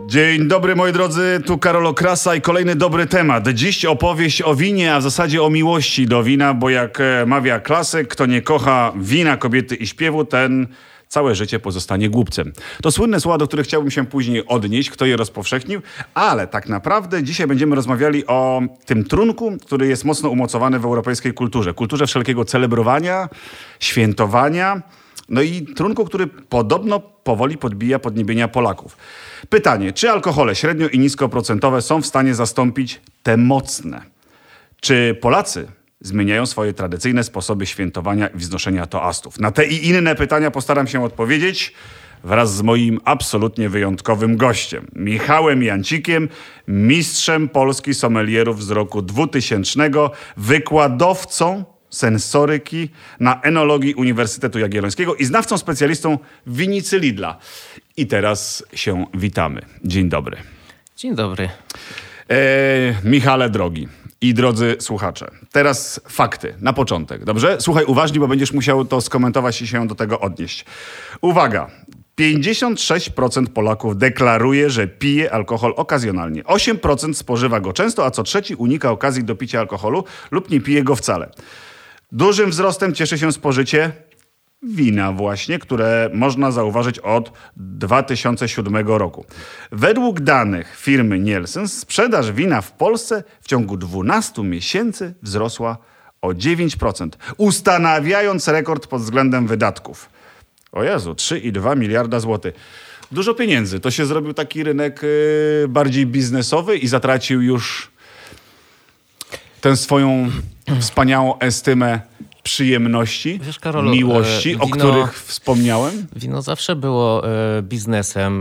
Dzień dobry moi drodzy, tu Karol Okrasa i kolejny dobry temat. Dziś opowieść o winie, a w zasadzie o miłości do wina, bo jak mawia klasyk, kto nie kocha wina, kobiety i śpiewu, ten całe życie pozostanie głupcem. To słynne słowa, do których chciałbym się później odnieść, kto je rozpowszechnił, ale tak naprawdę dzisiaj będziemy rozmawiali o tym trunku, który jest mocno umocowany w europejskiej kulturze. Kulturze wszelkiego celebrowania, świętowania, no i trunku, który podobno powoli podbija podniebienia Polaków. Pytanie, czy alkohole średnio i niskoprocentowe są w stanie zastąpić te mocne? Czy Polacy zmieniają swoje tradycyjne sposoby świętowania i wznoszenia toastów? Na te i inne pytania postaram się odpowiedzieć wraz z moim absolutnie wyjątkowym gościem. Michałem Jancikiem, mistrzem Polski sommelierów z roku 2000, wykładowcą sensoryki na enologii Uniwersytetu Jagiellońskiego i znawcą specjalistą winicy Lidla. I teraz się witamy. Dzień dobry. Dzień dobry. Michale drogi i drodzy słuchacze, teraz fakty na początek, dobrze? Słuchaj uważnie, bo będziesz musiał to skomentować i się do tego odnieść. Uwaga! 56% Polaków deklaruje, że pije alkohol okazjonalnie. 8% spożywa go często, a co trzeci unika okazji do picia alkoholu lub nie pije go wcale. Dużym wzrostem cieszy się spożycie wina właśnie, które można zauważyć od 2007 roku. Według danych firmy Nielsen sprzedaż wina w Polsce w ciągu 12 miesięcy wzrosła o 9%, ustanawiając rekord pod względem wydatków. O Jezu, 3,2 miliarda złotych. Dużo pieniędzy. To się zrobił taki rynek bardziej biznesowy i zatracił już tę swoją wspaniałą estymę przyjemności, wiesz, Karolu, miłości, o których wspomniałem. Wino zawsze było biznesem,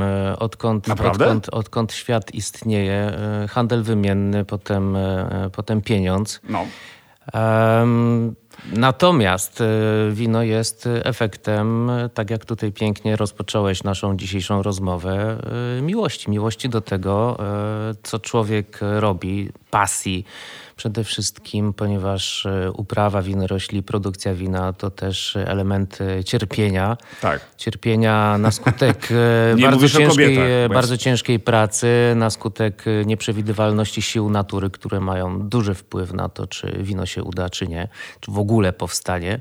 odkąd świat istnieje. Handel wymienny, potem pieniądz. No. Natomiast wino jest efektem, tak jak tutaj pięknie rozpocząłeś naszą dzisiejszą rozmowę, miłości. Miłości do tego, co człowiek robi, pasji. Przede wszystkim, ponieważ uprawa winorośli, produkcja wina to też element cierpienia. Tak. Cierpienia na skutek bardzo ciężkiej pracy, na skutek nieprzewidywalności sił natury, które mają duży wpływ na to, czy wino się uda, czy nie, czy w ogóle powstanie.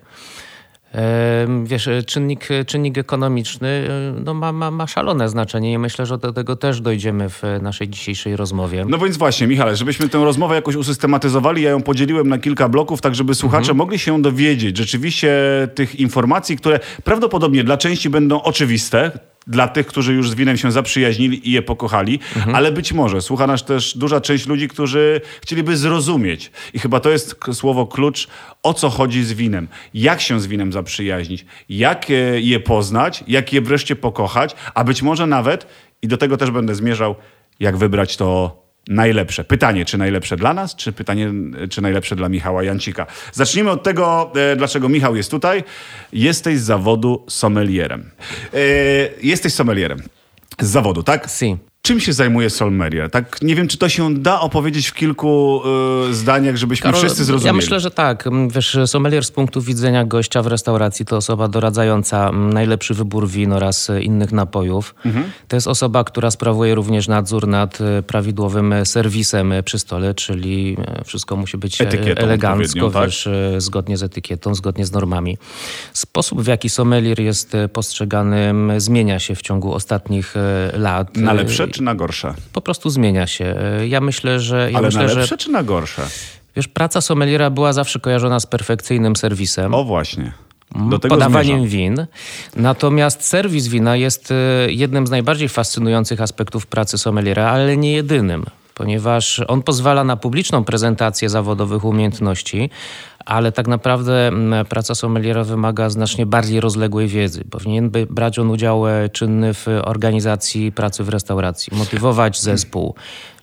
Wiesz, czynnik ekonomiczny no ma szalone znaczenie i myślę, że do tego też dojdziemy w naszej dzisiejszej rozmowie. No więc właśnie, Michale, żebyśmy tę rozmowę jakoś usystematyzowali, ja ją podzieliłem na kilka bloków, tak żeby słuchacze mogli się dowiedzieć rzeczywiście tych informacji, które prawdopodobnie dla części będą oczywiste, dla tych, którzy już z winem się zaprzyjaźnili i je pokochali, ale być może słucha nas też duża część ludzi, którzy chcieliby zrozumieć. I chyba to jest słowo klucz, o co chodzi z winem. Jak się z winem zaprzyjaźnić, jak je poznać, jak je wreszcie pokochać, a być może nawet, i do tego też będę zmierzał, jak wybrać to najlepsze. Pytanie, czy najlepsze dla nas, czy najlepsze dla Michała Jancika. Zacznijmy od tego, dlaczego Michał jest tutaj. Jesteś z zawodu sommelierem. Jesteś sommelierem z zawodu, tak? Si. Czym się zajmuje sommelier? Tak, nie wiem, czy to się da opowiedzieć w kilku zdaniach, żebyśmy Karol, wszyscy zrozumieli. Ja myślę, że tak. Wiesz, sommelier z punktu widzenia gościa w restauracji to osoba doradzająca najlepszy wybór win oraz innych napojów. To jest osoba, która sprawuje również nadzór nad prawidłowym serwisem przy stole, czyli wszystko musi być elegancko, wiesz, zgodnie z etykietą, zgodnie z normami. Sposób, w jaki sommelier jest postrzegany, zmienia się w ciągu ostatnich lat. Na lepsze czy na gorsze? Po prostu zmienia się. Ja myślę, że... Ale na lepsze czy na gorsze? Wiesz, praca sommeliera była zawsze kojarzona z perfekcyjnym serwisem. O właśnie. Do tego podawaniem zmierzam. win. Natomiast serwis wina jest jednym z najbardziej fascynujących aspektów pracy sommeliera, ale nie jedynym. Ponieważ on pozwala na publiczną prezentację zawodowych umiejętności, ale tak naprawdę praca sommeliera wymaga znacznie bardziej rozległej wiedzy. Powinien brać on udział czynny w organizacji pracy w restauracji, motywować zespół,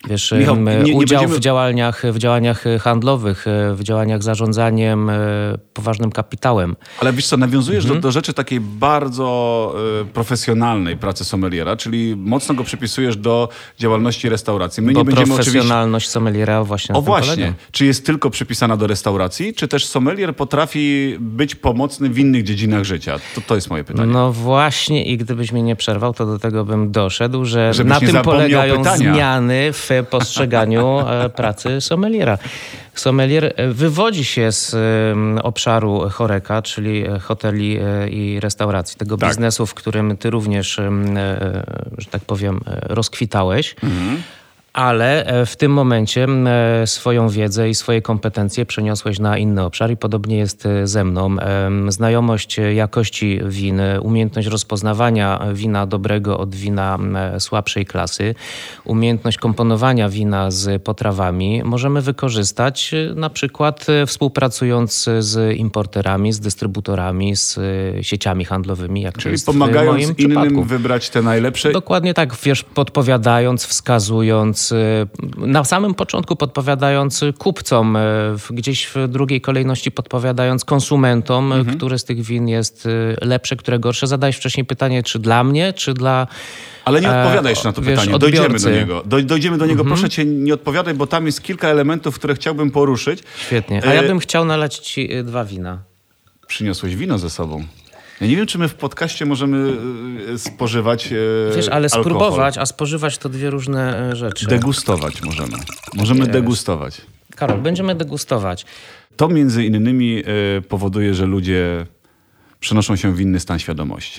Wiesz, Michał, nie udział będziemy... w działaniach handlowych, w działaniach zarządzaniem poważnym kapitałem. Ale wiesz co, nawiązujesz do rzeczy takiej bardzo profesjonalnej pracy sommeliera, czyli mocno go przypisujesz do działalności restauracji. My Bo nie będziemy profesjonalność sommeliera właśnie na tym polega. Czy jest tylko przypisana do restauracji, czy też sommelier potrafi być pomocny w innych dziedzinach życia? To jest moje pytanie. No właśnie i gdybyś mnie nie przerwał, to do tego bym doszedł, że Żebyś na nie tym zapomniał polegają pytania. zmiany w postrzeganiu pracy sommeliera. Sommelier wywodzi się z obszaru HoReCa, czyli hoteli i restauracji, tego biznesu, w którym ty również, że tak powiem, rozkwitałeś. Ale w tym momencie swoją wiedzę i swoje kompetencje przeniosłeś na inny obszar i podobnie jest ze mną. Znajomość jakości win, umiejętność rozpoznawania wina dobrego od wina słabszej klasy, umiejętność komponowania wina z potrawami możemy wykorzystać na przykład współpracując z importerami, z dystrybutorami, z sieciami handlowymi, jak Czyli to jest pomagając w moim innym przypadku. wybrać te najlepsze. Dokładnie tak, wiesz, podpowiadając, wskazując, na samym początku podpowiadając kupcom, gdzieś w drugiej kolejności podpowiadając konsumentom, który z tych win jest lepszy, które gorsze. Zadałeś wcześniej pytanie, czy dla mnie, czy dla Ale nie odpowiadaj jeszcze na to pytanie. Dojdziemy do niego. Dojdziemy do niego. Proszę cię, nie odpowiadaj, bo tam jest kilka elementów, które chciałbym poruszyć. Świetnie. A ja bym chciał nalać ci 2 wina. Przyniosłeś wino ze sobą. Ja nie wiem, czy my w podcaście możemy spożywać Wiesz, ale alkohol. spróbować, a spożywać to 2 różne rzeczy. Degustować możemy. Możemy degustować. Karol, będziemy degustować. To między innymi powoduje, że ludzie przenoszą się w inny stan świadomości.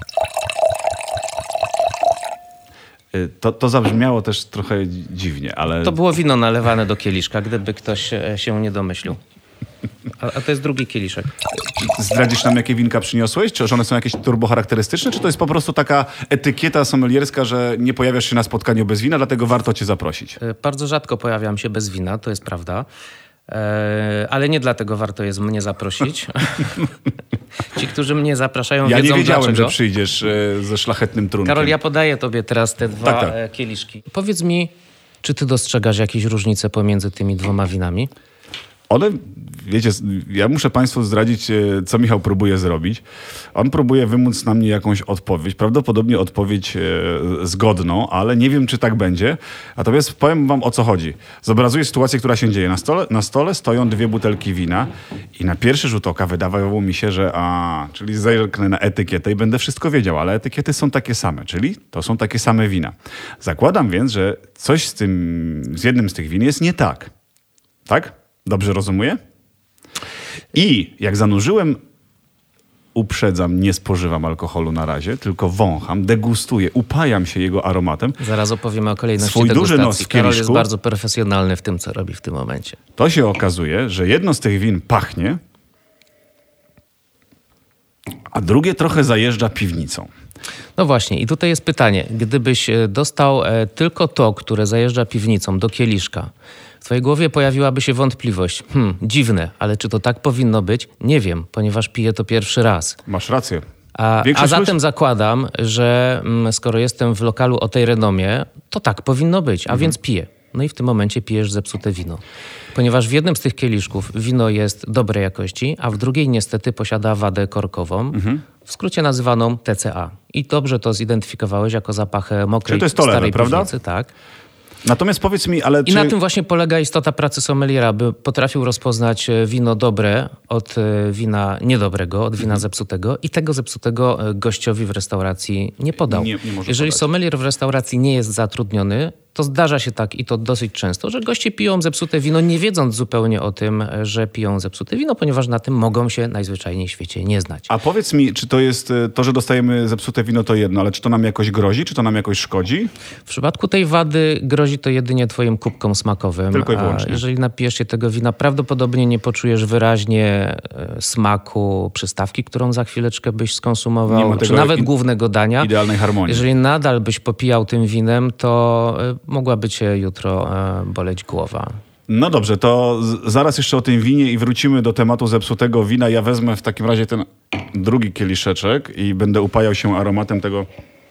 To zabrzmiało też trochę dziwnie, ale... To było wino nalewane do kieliszka, gdyby ktoś się nie domyślił. A to jest drugi kieliszek. Zdradzisz nam, jakie winka przyniosłeś? Czy one są jakieś turbocharakterystyczne? Czy to jest po prostu taka etykieta sommelierska, że nie pojawiasz się na spotkaniu bez wina, dlatego warto cię zaprosić? Bardzo rzadko pojawiam się bez wina, to jest prawda. Ale nie dlatego warto jest mnie zaprosić. Ci, którzy mnie zapraszają, wiedzą Ja nie wiedziałem, dlaczego. że przyjdziesz ze szlachetnym trunkiem. Karol, ja podaję tobie teraz te 2 kieliszki. Powiedz mi, czy ty dostrzegasz jakieś różnice pomiędzy tymi 2 winami? One, wiecie, ja muszę państwu zdradzić, co Michał próbuje zrobić. On próbuje wymóc na mnie jakąś odpowiedź, prawdopodobnie odpowiedź zgodną, ale nie wiem, czy tak będzie. Natomiast powiem wam, o co chodzi. Zobrazuję sytuację, która się dzieje. Na stole stoją 2 butelki wina i na pierwszy rzut oka wydawało mi się, że czyli zerknę na etykietę i będę wszystko wiedział, ale etykiety są takie same, czyli to są takie same wina. Zakładam więc, że coś z jednym z tych win jest nie tak. Tak? Dobrze rozumuję? I jak zanurzyłem, uprzedzam, nie spożywam alkoholu na razie, tylko wącham, degustuję, upajam się jego aromatem. Zaraz opowiemy o kolejności Swój degustacji. duży nos w Karol jest kieliszku. bardzo profesjonalny w tym, co robi w tym momencie. To się okazuje, że jedno z tych win pachnie, a drugie trochę zajeżdża piwnicą. No właśnie i tutaj jest pytanie. Gdybyś dostał tylko to, które zajeżdża piwnicą do kieliszka, w twojej głowie pojawiłaby się wątpliwość. Dziwne, ale czy to tak powinno być? Nie wiem, ponieważ piję to pierwszy raz. Masz rację. A Większość zatem zakładam, że skoro jestem w lokalu o tej renomie, to tak powinno być, a więc piję. No i w tym momencie pijesz zepsute wino. Ponieważ w jednym z tych kieliszków wino jest dobrej jakości, a w drugiej niestety posiada wadę korkową, w skrócie nazywaną TCA. I dobrze to zidentyfikowałeś jako zapach mokrej, to jest to lewe, starej prawda? piwnicy. Tak. Natomiast powiedz mi, ale I na tym właśnie polega istota pracy sommeliera, by potrafił rozpoznać wino dobre od wina niedobrego, od wina zepsutego i tego zepsutego gościowi w restauracji nie podał. Nie może Jeżeli podać. sommelier w restauracji nie jest zatrudniony, to zdarza się tak i to dosyć często, że goście piją zepsute wino, nie wiedząc zupełnie o tym, że piją zepsute wino, ponieważ na tym mogą się najzwyczajniej w świecie nie znać. A powiedz mi, czy to jest to, że dostajemy zepsute wino, to jedno, ale czy to nam jakoś grozi, czy to nam jakoś szkodzi? W przypadku tej wady grozi to jedynie twoim kubkom smakowym. Tylko i wyłącznie. A jeżeli napijesz się tego wina, prawdopodobnie nie poczujesz wyraźnie smaku przystawki, którą za chwileczkę byś Nie skonsumował, ma czy tego nawet głównego dania. Idealnej harmonii. Jeżeli nadal byś popijał tym winem, to mogłaby cię jutro boleć głowa. No dobrze, to zaraz jeszcze o tym winie i wrócimy do tematu zepsutego wina. Ja wezmę w takim razie ten drugi kieliszeczek i będę upajał się aromatem tego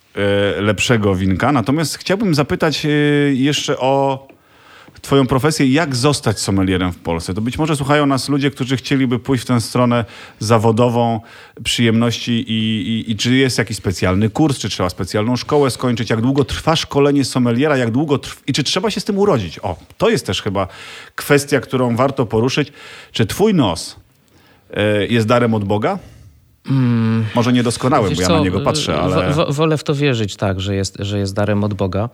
lepszego winka. Natomiast chciałbym zapytać jeszcze o twoją profesję, jak zostać sommelierem w Polsce. To być może słuchają nas ludzie, którzy chcieliby pójść w tę stronę zawodową przyjemności i czy jest jakiś specjalny kurs, czy trzeba specjalną szkołę skończyć, jak długo trwa szkolenie sommeliera, jak długo i czy trzeba się z tym urodzić. O, to jest też chyba kwestia, którą warto poruszyć. Czy twój nos jest darem od Boga? Może niedoskonałym, bo ja na niego patrzę, ale... Wolę w to wierzyć, tak, że jest darem od Boga.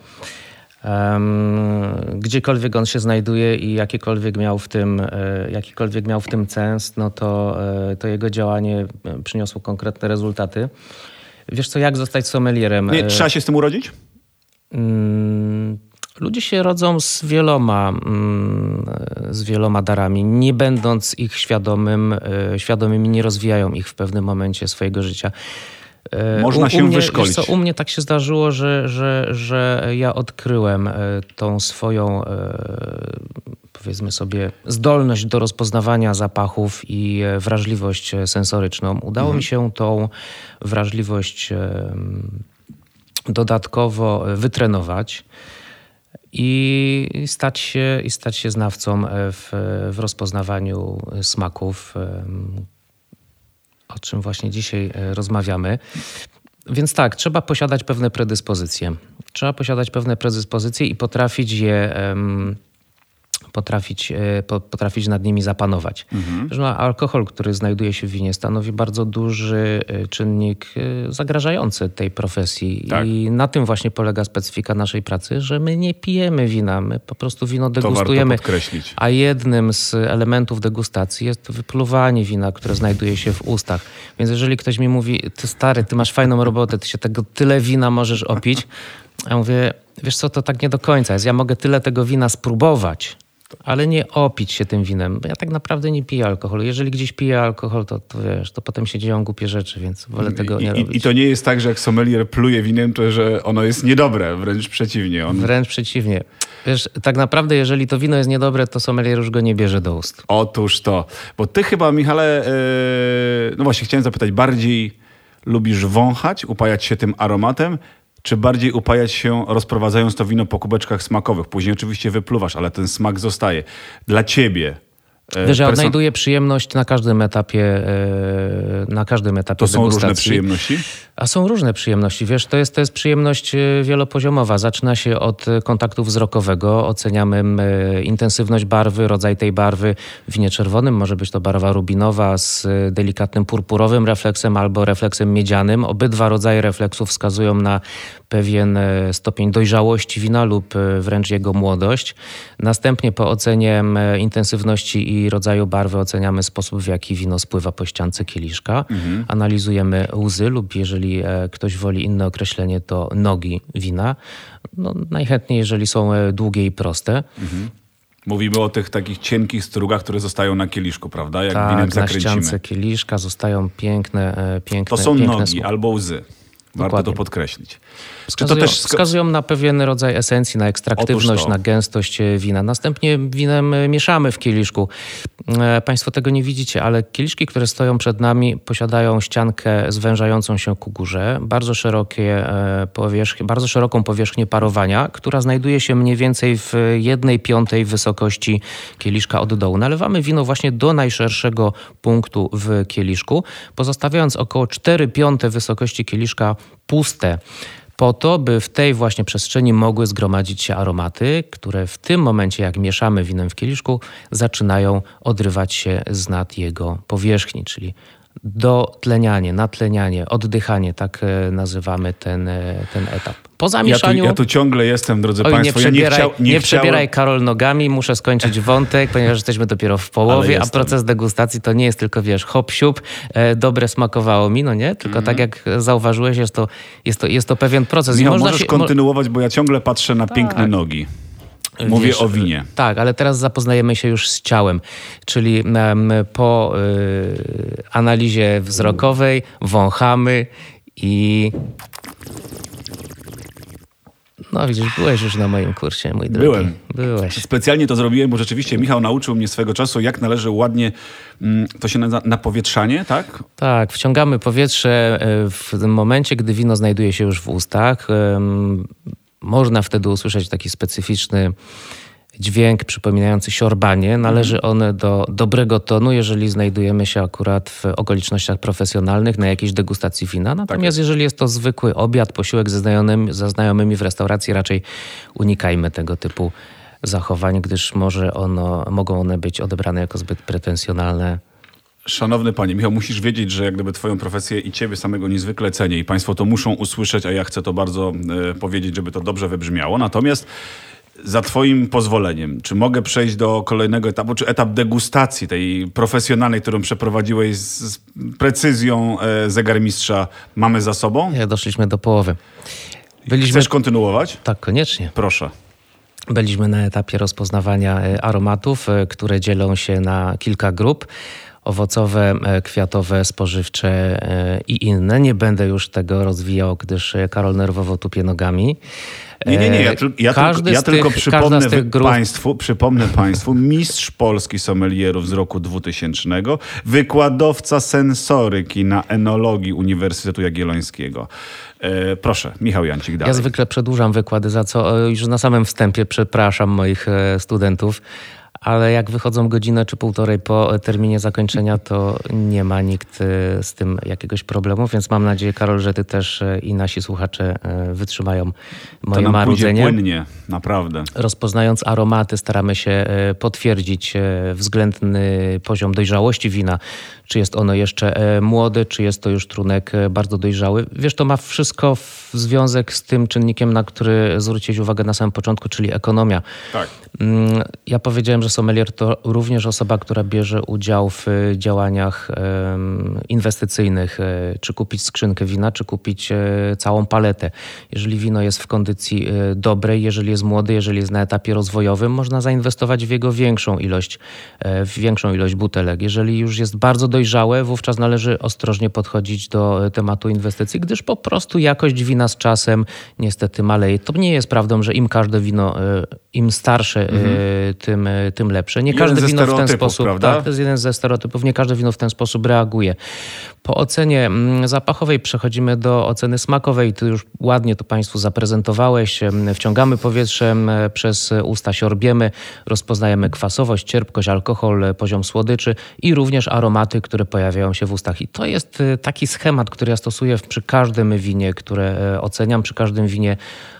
Gdziekolwiek on się znajduje i jakikolwiek miał w tym sens, no to jego działanie przyniosło konkretne rezultaty. Wiesz co, jak zostać sommelierem? Nie, trzeba się z tym urodzić? Ludzie się rodzą z wieloma darami. Nie będąc ich świadomymi, nie rozwijają ich w pewnym momencie swojego życia. Można się wyszkolić. U mnie tak się zdarzyło, że ja odkryłem tą swoją, powiedzmy sobie, zdolność do rozpoznawania zapachów i wrażliwość sensoryczną. Udało mi się tą wrażliwość dodatkowo wytrenować i stać się znawcą w rozpoznawaniu smaków, o czym właśnie dzisiaj rozmawiamy. Więc tak, trzeba posiadać pewne predyspozycje. Trzeba posiadać pewne predyspozycje i potrafić nad nimi zapanować. No, alkohol, który znajduje się w winie, stanowi bardzo duży czynnik zagrażający tej profesji. Tak. I na tym właśnie polega specyfika naszej pracy, że my nie pijemy wina, my po prostu wino degustujemy. To warto podkreślić. A jednym z elementów degustacji jest wypluwanie wina, które znajduje się w ustach. Więc jeżeli ktoś mi mówi, ty stary, ty masz fajną robotę, ty się tego tyle wina możesz opić. Ja mówię, wiesz co, to tak nie do końca jest. Ja mogę tyle tego wina spróbować, ale nie opić się tym winem. Bo ja tak naprawdę nie piję alkoholu. Jeżeli gdzieś piję alkohol, to wiesz, to potem się dzieją głupie rzeczy, więc wolę tego nie robić. I to nie jest tak, że jak sommelier pluje winem, to że ono jest niedobre, wręcz przeciwnie. Wręcz przeciwnie. Wiesz, tak naprawdę jeżeli to wino jest niedobre, to sommelier już go nie bierze do ust. Otóż to. Bo ty chyba, Michale, no właśnie chciałem zapytać, bardziej lubisz wąchać, upajać się tym aromatem, czy bardziej upajać się, rozprowadzając to wino po kubeczkach smakowych? Później oczywiście wypluwasz, ale ten smak zostaje. Dla ciebie... Wiesz, ja odnajduję przyjemność na każdym etapie To są degustacji. różne przyjemności? A są różne przyjemności. Wiesz, to jest przyjemność wielopoziomowa. Zaczyna się od kontaktu wzrokowego. Oceniamy intensywność barwy, rodzaj tej barwy. W winie czerwonym może być to barwa rubinowa z delikatnym purpurowym refleksem albo refleksem miedzianym. Obydwa rodzaje refleksów wskazują na pewien stopień dojrzałości wina lub wręcz jego młodość. Następnie po ocenie intensywności i rodzaju barwy oceniamy sposób, w jaki wino spływa po ściance kieliszka. Analizujemy łzy lub jeżeli ktoś woli inne określenie, to nogi wina. No, najchętniej, jeżeli są długie i proste. Mówimy o tych takich cienkich strugach, które zostają na kieliszku, prawda? Jak tak, winem zakręcimy. Na ściance kieliszka zostają piękne To są nogi albo łzy. Warto to podkreślić. Wskazują na pewien rodzaj esencji, na ekstraktywność, na gęstość wina. Następnie winem mieszamy w kieliszku. Państwo tego nie widzicie, ale kieliszki, które stoją przed nami, posiadają ściankę zwężającą się ku górze, bardzo szeroką powierzchnię parowania, która znajduje się mniej więcej w 1/5 wysokości kieliszka od dołu. Nalewamy wino właśnie do najszerszego punktu w kieliszku, pozostawiając około 4/5 wysokości kieliszka puste, po to, by w tej właśnie przestrzeni mogły zgromadzić się aromaty, które w tym momencie, jak mieszamy winem w kieliszku, zaczynają odrywać się z nad jego powierzchni, czyli dotlenianie, natlenianie, oddychanie, tak nazywamy ten etap. Po zamieszaniu... Ja tu ciągle jestem, drodzy Państwo. Nie przebieraj, Karol, nogami, muszę skończyć wątek, ponieważ jesteśmy dopiero w połowie, a proces degustacji to nie jest tylko, wiesz, hop, siup, dobre smakowało mi, no nie? Tylko tak jak zauważyłeś, jest to pewien proces. Michał, możesz kontynuować, bo ja ciągle patrzę na piękne nogi. Mówię o winie. Tak, ale teraz zapoznajemy się już z ciałem, czyli po analizie wzrokowej No widzisz, byłeś już na moim kursie, mój drogi. Byłem. Byłeś. Specjalnie to zrobiłem, bo rzeczywiście Michał nauczył mnie swego czasu, jak należy ładnie, to się nazywa napowietrzanie, tak? Tak, wciągamy powietrze w tym momencie, gdy wino znajduje się już w ustach. Można wtedy usłyszeć taki specyficzny dźwięk przypominający siorbanie. Należy on do dobrego tonu, jeżeli znajdujemy się akurat w okolicznościach profesjonalnych na jakiejś degustacji wina. Natomiast jeżeli jest to zwykły obiad, posiłek ze znajomymi w restauracji, raczej unikajmy tego typu zachowań, gdyż mogą one być odebrane jako zbyt pretensjonalne. Szanowny panie, Michał, musisz wiedzieć, że jak gdyby twoją profesję i ciebie samego niezwykle cenię i państwo to muszą usłyszeć, a ja chcę to bardzo powiedzieć, żeby to dobrze wybrzmiało. Natomiast za twoim pozwoleniem, czy mogę przejść do kolejnego etapu, czy etap degustacji tej profesjonalnej, którą przeprowadziłeś z precyzją zegarmistrza, mamy za sobą? Doszliśmy do połowy. Chcesz kontynuować? Tak, koniecznie. Proszę. Byliśmy na etapie rozpoznawania aromatów, które dzielą się na kilka grup. Owocowe, kwiatowe, spożywcze i inne. Nie będę już tego rozwijał, gdyż Karol nerwowo tupie nogami. Nie. Ja tylko przypomnę państwu, mistrz Polski sommelierów z roku 2000, wykładowca sensoryki na enologii Uniwersytetu Jagiellońskiego. Proszę, Michał Jancik, dalej. Ja zwykle przedłużam wykłady, za co już na samym wstępie przepraszam moich studentów. Ale jak wychodzą godzinę czy półtorej po terminie zakończenia, to nie ma nikt z tym jakiegoś problemu, więc mam nadzieję, Karol, że ty też i nasi słuchacze wytrzymają moje marudzenie. To nam pójdzie płynnie, naprawdę. Rozpoznając aromaty, staramy się potwierdzić względny poziom dojrzałości wina. Czy jest ono jeszcze młode, czy jest to już trunek bardzo dojrzały. Wiesz, to ma wszystko związek z tym czynnikiem, na który zwróciłeś uwagę na samym początku, czyli ekonomia. Tak. Ja powiedziałem, że sommelier to również osoba, która bierze udział w działaniach inwestycyjnych. Czy kupić skrzynkę wina, czy kupić całą paletę. Jeżeli wino jest w kondycji dobrej, jeżeli jest młody, jeżeli jest na etapie rozwojowym, można zainwestować w jego większą ilość butelek. Jeżeli już jest bardzo dojrzałe, wówczas należy ostrożnie podchodzić do tematu inwestycji, gdyż po prostu jakość wina z czasem niestety maleje. To nie jest prawdą, że im każde wino, im starsze, tym lepsze. Nie każde wino w ten sposób, prawda? Tak, to jest jeden ze stereotypów, nie każde wino w ten sposób reaguje. Po ocenie zapachowej przechodzimy do oceny smakowej. Ty już ładnie to państwu zaprezentowałeś. Wciągamy powietrze przez usta, siorbiemy, rozpoznajemy kwasowość, cierpkość, alkohol, poziom słodyczy i również aromaty, które pojawiają się w ustach. I to jest taki schemat, który ja stosuję przy każdym winie, które oceniam, przy każdym winie,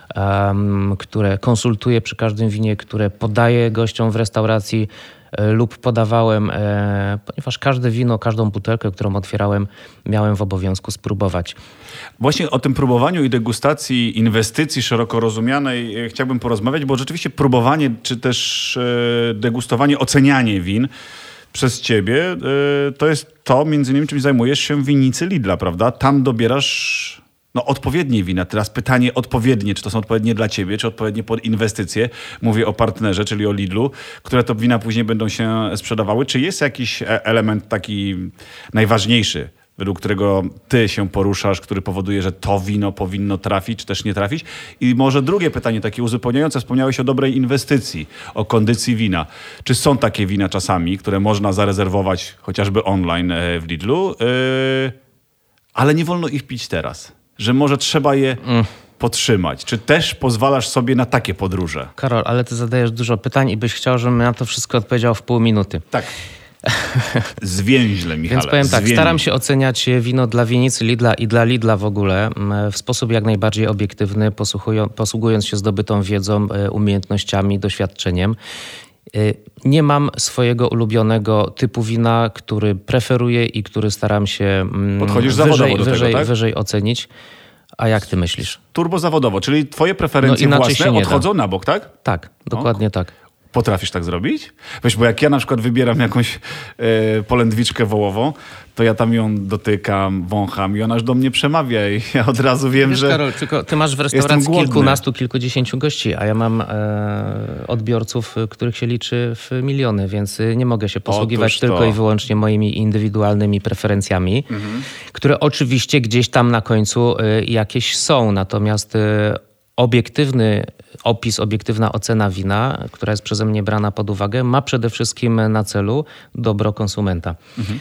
które konsultuję, przy każdym winie, które podaję gościom w restauracji lub podawałem, ponieważ każde wino, każdą butelkę, którą otwierałem, miałem w obowiązku spróbować. Właśnie o tym próbowaniu i degustacji inwestycji szeroko rozumianej chciałbym porozmawiać, bo rzeczywiście próbowanie czy też degustowanie, ocenianie win przez ciebie to jest to, między innymi, czym zajmujesz się w winnicy Lidla, prawda? Tam dobierasz odpowiednie wina. Teraz pytanie odpowiednie, czy to są odpowiednie dla ciebie, czy odpowiednie pod inwestycje. Mówię o partnerze, czyli o Lidlu, które to wina później będą się sprzedawały. Czy jest jakiś element taki najważniejszy, według którego ty się poruszasz, który powoduje, że to wino powinno trafić, czy też nie trafić? I może drugie pytanie, takie uzupełniające. Wspomniałeś o dobrej inwestycji, o kondycji wina. Czy są takie wina czasami, które można zarezerwować chociażby online w Lidlu, ale nie wolno ich pić teraz? Że może trzeba je podtrzymać. Czy też pozwalasz sobie na takie podróże? Karol, ale ty zadajesz dużo pytań i byś chciał, żebym na to wszystko odpowiedział w pół minuty. Tak. Zwięźle, Michale. Więc powiem tak, staram się oceniać wino dla winnicy Lidla i dla Lidla w ogóle w sposób jak najbardziej obiektywny, posługując się zdobytą wiedzą, umiejętnościami, doświadczeniem. Nie mam swojego ulubionego typu wina, który preferuję i który staram się wyżej ocenić. A jak ty myślisz? Turbo zawodowo, czyli twoje preferencje własne odchodzą na bok, tak? Tak, dokładnie tak. Potrafisz tak zrobić? Wiesz, bo jak ja na przykład wybieram jakąś polędwiczkę wołową, to ja tam ją dotykam, wącham i ona już do mnie przemawia i ja od razu wiem, że Karol, tylko ty masz w restauracji kilkunastu, kilkudziesięciu gości, a ja mam odbiorców, których się liczy w miliony, więc nie mogę się posługiwać tylko i wyłącznie moimi indywidualnymi preferencjami, które oczywiście gdzieś tam na końcu jakieś są, natomiast obiektywny opis, obiektywna ocena wina, która jest przeze mnie brana pod uwagę, ma przede wszystkim na celu dobro konsumenta.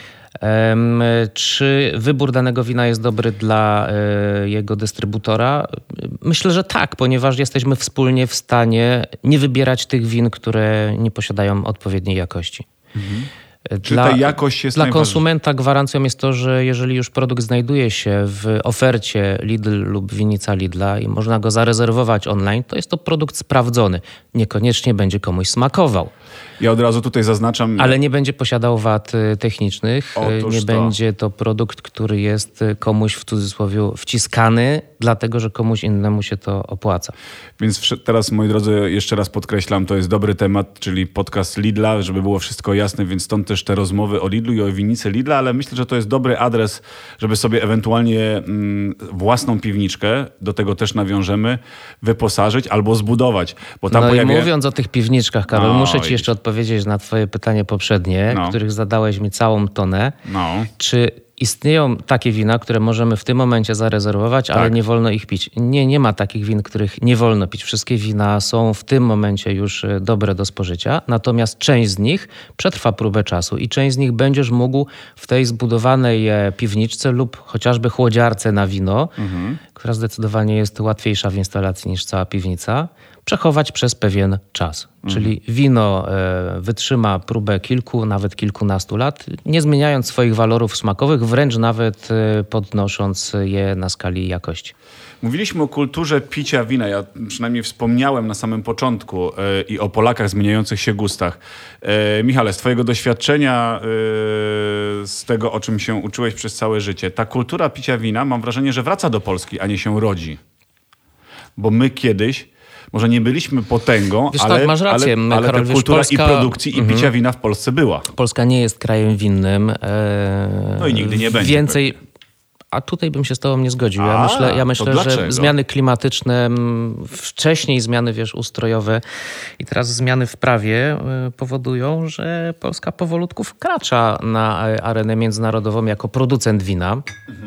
Czy wybór danego wina jest dobry dla jego dystrybutora? Myślę, że tak, ponieważ jesteśmy wspólnie w stanie nie wybierać tych win, które nie posiadają odpowiedniej jakości. Czy ta jakość jest Dla konsumenta gwarancją jest to, że jeżeli już produkt znajduje się w ofercie Lidl lub winnica Lidla i można go zarezerwować online, to jest to produkt sprawdzony. Niekoniecznie będzie komuś smakował. Ja od razu tutaj zaznaczam... Ale nie będzie posiadał wad technicznych. Nie będzie to produkt, który jest komuś w cudzysłowie wciskany, dlatego że komuś innemu się to opłaca. Więc teraz, moi drodzy, jeszcze raz podkreślam, to jest dobry temat, czyli podcast Lidla, żeby było wszystko jasne, więc stąd też te rozmowy o Lidlu i o winnicy Lidla, ale myślę, że to jest dobry adres, żeby sobie ewentualnie własną piwniczkę, do tego też nawiążemy, wyposażyć albo zbudować. Bo tam i mówiąc o tych piwniczkach, Karol, muszę ci jeszcze odpowiedzieć na twoje pytanie poprzednie, których zadałeś mi całą tonę. Czy istnieją takie wina, które możemy w tym momencie zarezerwować, ale nie wolno ich pić? Nie ma takich win, których nie wolno pić. Wszystkie wina są w tym momencie już dobre do spożycia, natomiast część z nich przetrwa próbę czasu i część z nich będziesz mógł w tej zbudowanej piwniczce lub chociażby chłodziarce na wino, która zdecydowanie jest łatwiejsza w instalacji niż cała piwnica, przechować przez pewien czas. Czyli wino wytrzyma próbę kilku, nawet kilkunastu lat, nie zmieniając swoich walorów smakowych, wręcz nawet podnosząc je na skali jakości. Mówiliśmy o kulturze picia wina. Ja przynajmniej wspomniałem na samym początku i o Polakach zmieniających się gustach. Michale, z twojego doświadczenia, z tego, o czym się uczyłeś przez całe życie, ta kultura picia wina, mam wrażenie, że wraca do Polski, a nie się rodzi. Bo my kiedyś może nie byliśmy potęgą, ale, masz rację, ale Karol, ta kultura Polska... i produkcji, i picia wina w Polsce była. Polska nie jest krajem winnym. No i nigdy nie będzie. Więcej... A tutaj bym się z tobą nie zgodził. Ja myślę, że zmiany klimatyczne, wcześniej zmiany, ustrojowe i teraz zmiany w prawie powodują, że Polska powolutku wkracza na arenę międzynarodową jako producent wina.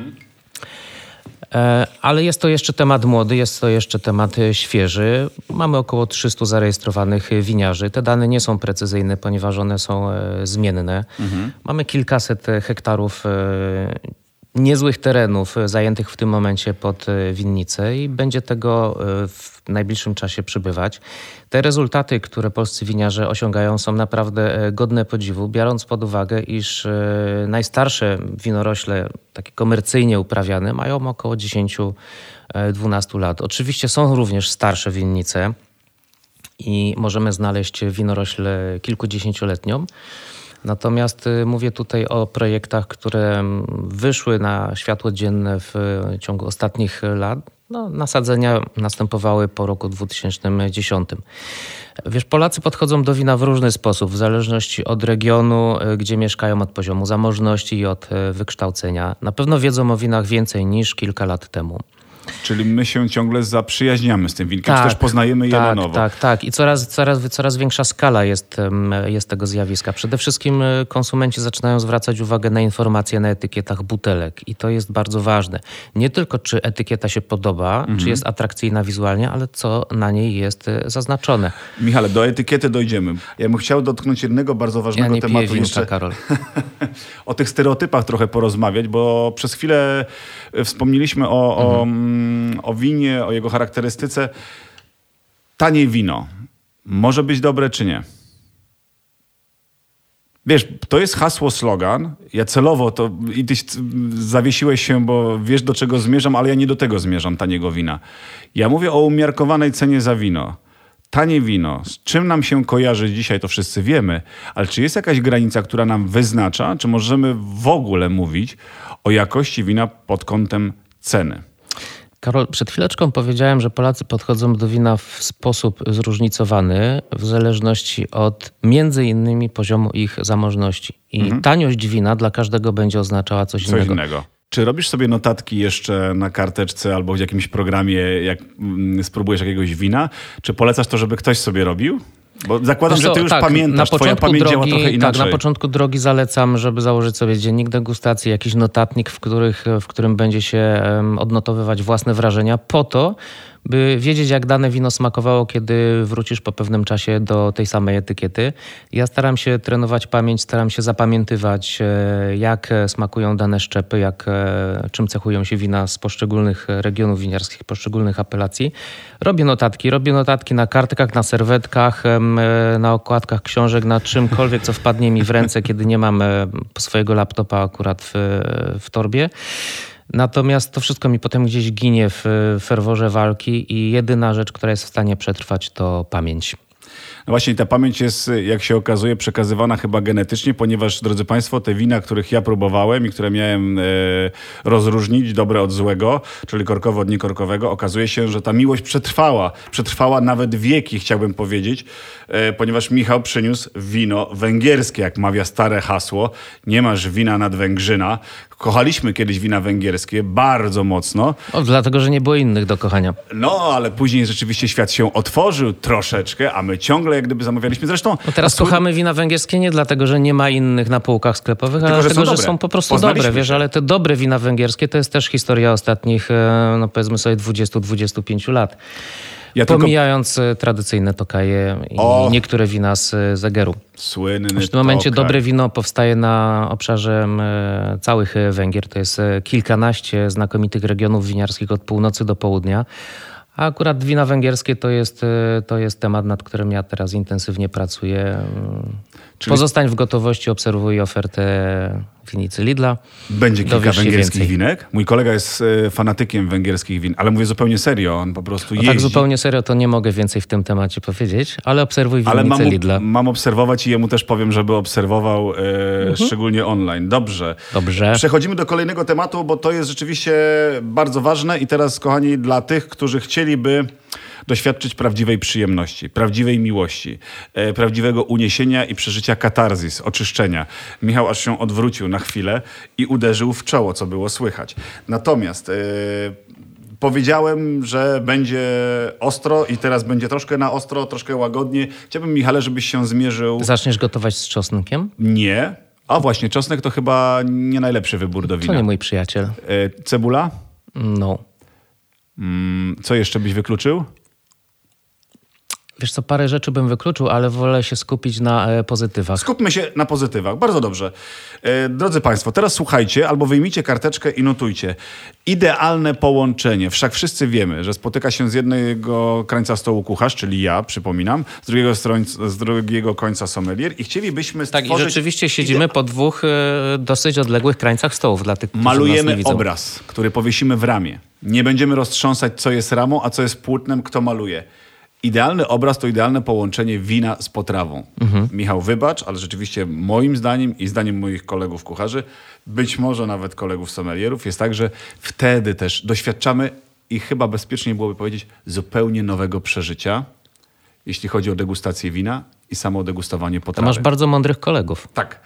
Ale jest to jeszcze temat młody, jest to jeszcze temat świeży. Mamy około 300 zarejestrowanych winiarzy. Te dane nie są precyzyjne, ponieważ one są zmienne. Mamy kilkaset hektarów niezłych terenów zajętych w tym momencie pod winnicę i będzie tego w najbliższym czasie przybywać. Te rezultaty, które polscy winiarze osiągają, są naprawdę godne podziwu, biorąc pod uwagę, iż najstarsze winorośle, takie komercyjnie uprawiane, mają około 10-12 lat. Oczywiście są również starsze winnice i możemy znaleźć winorośl kilkudziesięcioletnią. Natomiast mówię tutaj o projektach, które wyszły na światło dzienne w ciągu ostatnich lat. Nasadzenia następowały po roku 2010. Polacy podchodzą do wina w różny sposób, w zależności od regionu, gdzie mieszkają, od poziomu zamożności i od wykształcenia. Na pewno wiedzą o winach więcej niż kilka lat temu. Czyli my się ciągle zaprzyjaźniamy z tym winkiem, czy też poznajemy je na nowo. Tak. I coraz większa skala jest tego zjawiska. Przede wszystkim konsumenci zaczynają zwracać uwagę na informacje na etykietach butelek. I to jest bardzo ważne. Nie tylko, czy etykieta się podoba, czy jest atrakcyjna wizualnie, ale co na niej jest zaznaczone. Michale, do etykiety dojdziemy. Ja bym chciał dotknąć jednego bardzo ważnego tematu. Piję winka, Karol. O tych stereotypach trochę porozmawiać, bo przez chwilę wspomnieliśmy o winie, o jego charakterystyce. Tanie wino może być dobre czy nie? To jest hasło, slogan. Ja celowo to i ty zawiesiłeś się, bo wiesz, do czego zmierzam, ale ja nie do tego zmierzam, taniego wina. Ja mówię o umiarkowanej cenie za wino. Tanie wino, z czym nam się kojarzy dzisiaj, to wszyscy wiemy, ale czy jest jakaś granica, która nam wyznacza, czy możemy w ogóle mówić o jakości wina pod kątem ceny? Karol, przed chwileczką powiedziałem, że Polacy podchodzą do wina w sposób zróżnicowany w zależności od między innymi poziomu ich zamożności. I taniość wina dla każdego będzie oznaczała coś innego. Czy robisz sobie notatki jeszcze na karteczce albo w jakimś programie, jak spróbujesz jakiegoś wina? Czy polecasz to, żeby ktoś sobie robił? Bo zakładam, że ty już pamiętasz, twoja pamięć działa trochę inaczej. Na początku drogi zalecam, żeby założyć sobie dziennik degustacji, jakiś notatnik, w którym będzie się odnotowywać własne wrażenia po to, by wiedzieć, jak dane wino smakowało, kiedy wrócisz po pewnym czasie do tej samej etykiety. Ja staram się trenować pamięć, staram się zapamiętywać, jak smakują dane szczepy, czym cechują się wina z poszczególnych regionów winiarskich, poszczególnych apelacji. Robię notatki na kartkach, na serwetkach, na okładkach książek, na czymkolwiek, co wpadnie mi w ręce, kiedy nie mam swojego laptopa akurat w torbie. Natomiast to wszystko mi potem gdzieś ginie w ferworze walki i jedyna rzecz, która jest w stanie przetrwać, to pamięć. No właśnie ta pamięć jest, jak się okazuje, przekazywana chyba genetycznie, ponieważ, drodzy Państwo, te wina, których ja próbowałem i które miałem rozróżnić, dobre od złego, czyli korkowe od niekorkowego, okazuje się, że ta miłość przetrwała nawet wieki, chciałbym powiedzieć, ponieważ Michał przyniósł wino węgierskie, jak mawia stare hasło. Nie masz wina nad Węgrzyna. Kochaliśmy kiedyś wina węgierskie bardzo mocno. Dlatego, że nie było innych do kochania. No, ale później rzeczywiście świat się otworzył troszeczkę, a my ciągle jak gdyby zamawialiśmy. Zresztą... Teraz kochamy wina węgierskie nie dlatego, że nie ma innych na półkach sklepowych, ale dlatego, że są po prostu dobre. Wiesz, ale te dobre wina węgierskie to jest też historia ostatnich, no powiedzmy sobie 20-25 lat. Pomijając tradycyjne Tokaje i niektóre wina z Zegeru. Słynny w tym momencie dobre wino powstaje na obszarze całych Węgier. To jest kilkanaście znakomitych regionów winiarskich od północy do południa. A akurat wina węgierskie to jest temat, nad którym ja teraz intensywnie pracuję. Pozostań w gotowości, obserwuj ofertę winnicy Lidla. Będzie kilka węgierskich winek. Mój kolega jest fanatykiem węgierskich win, ale mówię zupełnie serio, on po prostu jeździ. Tak zupełnie serio to nie mogę więcej w tym temacie powiedzieć, ale obserwuj winnicę Lidla. Mam obserwować i jemu też powiem, żeby obserwował, szczególnie online. Dobrze. Przechodzimy do kolejnego tematu, bo to jest rzeczywiście bardzo ważne i teraz, kochani, dla tych, którzy chcieliby doświadczyć prawdziwej przyjemności, prawdziwej miłości, prawdziwego uniesienia i przeżycia katarzis, oczyszczenia. Michał aż się odwrócił na chwilę i uderzył w czoło, co było słychać. Natomiast powiedziałem, że będzie ostro i teraz będzie troszkę na ostro, troszkę łagodnie. Chciałbym, Michale, żebyś się zmierzył... Zaczniesz gotować z czosnkiem? Nie. A właśnie, czosnek to chyba nie najlepszy wybór do wina. To nie mój przyjaciel. Cebula? No. Co jeszcze byś wykluczył? Wiesz co, parę rzeczy bym wykluczył, ale wolę się skupić na pozytywach. Skupmy się na pozytywach. Bardzo dobrze. Drodzy Państwo, teraz słuchajcie albo wyjmijcie karteczkę i notujcie. Idealne połączenie. Wszak wszyscy wiemy, że spotyka się z jednego krańca stołu kucharz, czyli ja, przypominam, z drugiego końca sommelier i chcielibyśmy stworzyć... Tak, i rzeczywiście siedzimy po dwóch dosyć odległych krańcach stołów dla tych, którzy malujemy nas nie widzą. obraz, który powiesimy w ramie. Nie będziemy roztrząsać, co jest ramą, a co jest płótnem, kto maluje. Idealny obraz to idealne połączenie wina z potrawą. Michał, wybacz, ale rzeczywiście moim zdaniem i zdaniem moich kolegów kucharzy, być może nawet kolegów sommelierów, jest tak, że wtedy też doświadczamy i chyba bezpiecznie byłoby powiedzieć zupełnie nowego przeżycia, jeśli chodzi o degustację wina i samo degustowanie potrawy. To masz bardzo mądrych kolegów. Tak.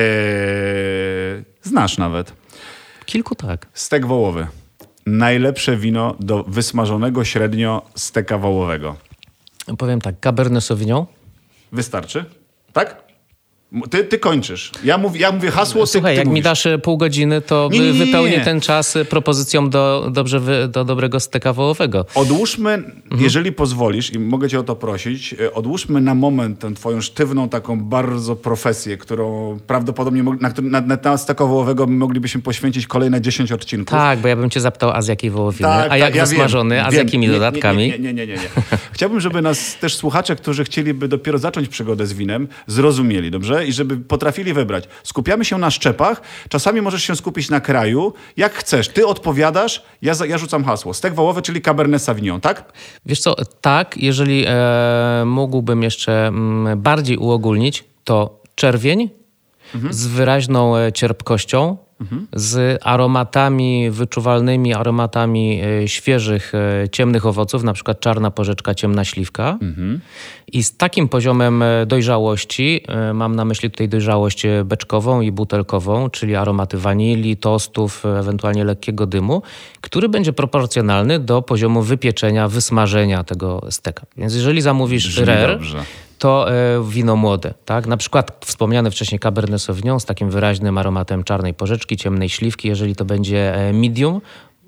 Znasz nawet. Kilku tak. Stek wołowy. Najlepsze wino do wysmażonego średnio steka wołowego. Powiem tak, Cabernet Sauvignon. Wystarczy? Tak? Ty kończysz. Ja mówię hasło, Słuchaj, ty jak mówisz. mi dasz pół godziny, to wypełnię ten czas propozycją do dobrego steka wołowego. Odłóżmy, jeżeli pozwolisz i mogę cię o to prosić, odłóżmy na moment tę twoją sztywną taką bardzo profesję, którą prawdopodobnie na temat steka wołowego moglibyśmy poświęcić kolejne 10 odcinków. Tak, bo ja bym cię zapytał, a z jakiej wołowiny, tak, a jak ja wysmażony, wiem, a z jakimi dodatkami. Nie. Chciałbym, żeby nas też słuchacze, którzy chcieliby dopiero zacząć przygodę z winem, zrozumieli, dobrze? I żeby potrafili wybrać. Skupiamy się na szczepach, czasami możesz się skupić na kraju, jak chcesz. Ty odpowiadasz, ja rzucam hasło. Stek wołowy, czyli Cabernet Sauvignon, tak? Wiesz co, tak, jeżeli mógłbym jeszcze bardziej uogólnić, to czerwień z wyraźną cierpkością, z aromatami, wyczuwalnymi aromatami świeżych, ciemnych owoców, na przykład czarna porzeczka, ciemna śliwka. I z takim poziomem dojrzałości, mam na myśli tutaj dojrzałość beczkową i butelkową, czyli aromaty wanilii, tostów, ewentualnie lekkiego dymu, który będzie proporcjonalny do poziomu wypieczenia, wysmażenia tego steka. Więc jeżeli zamówisz rare, to wino młode, tak? Na przykład wspomniany wcześniej Cabernet Sauvignon z takim wyraźnym aromatem czarnej porzeczki, ciemnej śliwki. Jeżeli to będzie medium,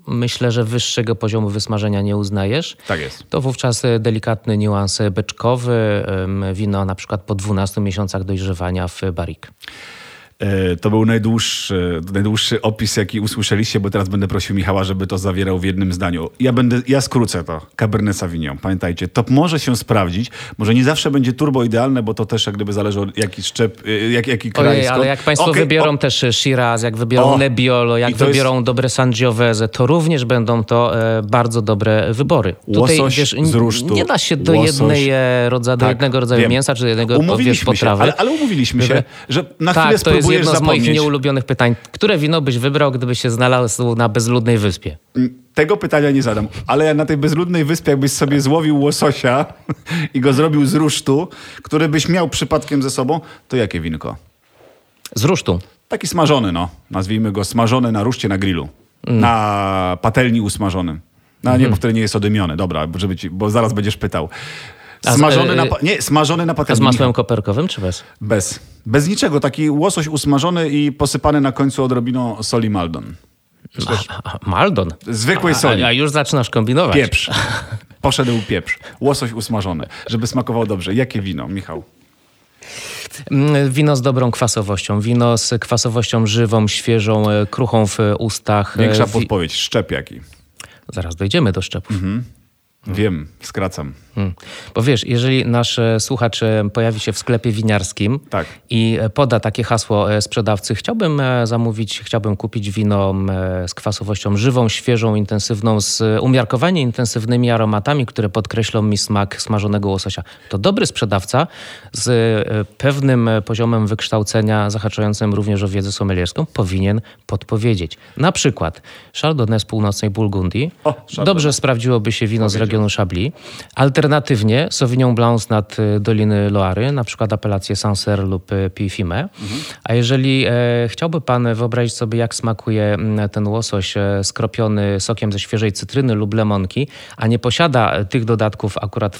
myślę, że wyższego poziomu wysmażenia nie uznajesz. Tak jest. To wówczas delikatny niuans beczkowy, wino na przykład po 12 miesiącach dojrzewania w barrique. To był najdłuższy opis, jaki usłyszeliście, bo teraz będę prosił Michała, żeby to zawierał w jednym zdaniu. Ja skrócę to. Cabernet Sauvignon. Pamiętajcie, to może się sprawdzić. Może nie zawsze będzie turbo idealne, bo to też jak gdyby zależy od jaki szczep, jaki kraj. Ojej, ale jak państwo wybiorą też Shiraz, jak wybiorą Nebbiolo, jak wybiorą dobre Sangiovese, to również będą to bardzo dobre wybory. Tutaj, z rusztu. Nie da się do jednego rodzaju mięsa, czy do jednego potrawy. Ale umówiliśmy się, że na chwilę to jest jedno z moich nieulubionych pytań. Które wino byś wybrał, gdybyś się znalazł na bezludnej wyspie? Tego pytania nie zadam, ale na tej bezludnej wyspie jakbyś sobie złowił łososia i go zrobił z rusztu, który byś miał przypadkiem ze sobą, to jakie winko? Z rusztu? Taki smażony, nazwijmy go smażony na ruszcie na grillu. Na patelni usmażonym. Nie, bo wtedy nie jest odymiony. Dobra, bo zaraz będziesz pytał. Smażony na patelni. A z masłem koperkowym czy bez? Bez niczego. Taki łosoś usmażony i posypany na końcu odrobiną soli Maldon. Maldon? Zwykłej soli. A już zaczynasz kombinować. Pieprz. Poszedł pieprz. Łosoś usmażony. Żeby smakował dobrze. Jakie wino, Michał? Wino z dobrą kwasowością. Wino z kwasowością żywą, świeżą, kruchą w ustach. Większa podpowiedź. Szczep jaki? Zaraz dojdziemy do szczepów. Wiem, skracam. Bo wiesz, jeżeli nasz słuchacz pojawi się w sklepie winiarskim i poda takie hasło sprzedawcy, chciałbym kupić wino z kwasowością żywą, świeżą, intensywną, z umiarkowanie intensywnymi aromatami, które podkreślą mi smak smażonego łososia. To dobry sprzedawca z pewnym poziomem wykształcenia, zahaczającym również o wiedzę sommelierską, powinien podpowiedzieć. Na przykład Chardonnay z północnej Burgundii. Dobrze sprawdziłoby się wino z regionu Chablis. Alternatywnie Sauvignon Blanc z nad Doliny Loary, na przykład apelacje Sancerre lub Puy-Fumé. A jeżeli chciałby pan wyobrazić sobie, jak smakuje ten łosoś skropiony sokiem ze świeżej cytryny lub lemonki, a nie posiada tych dodatków akurat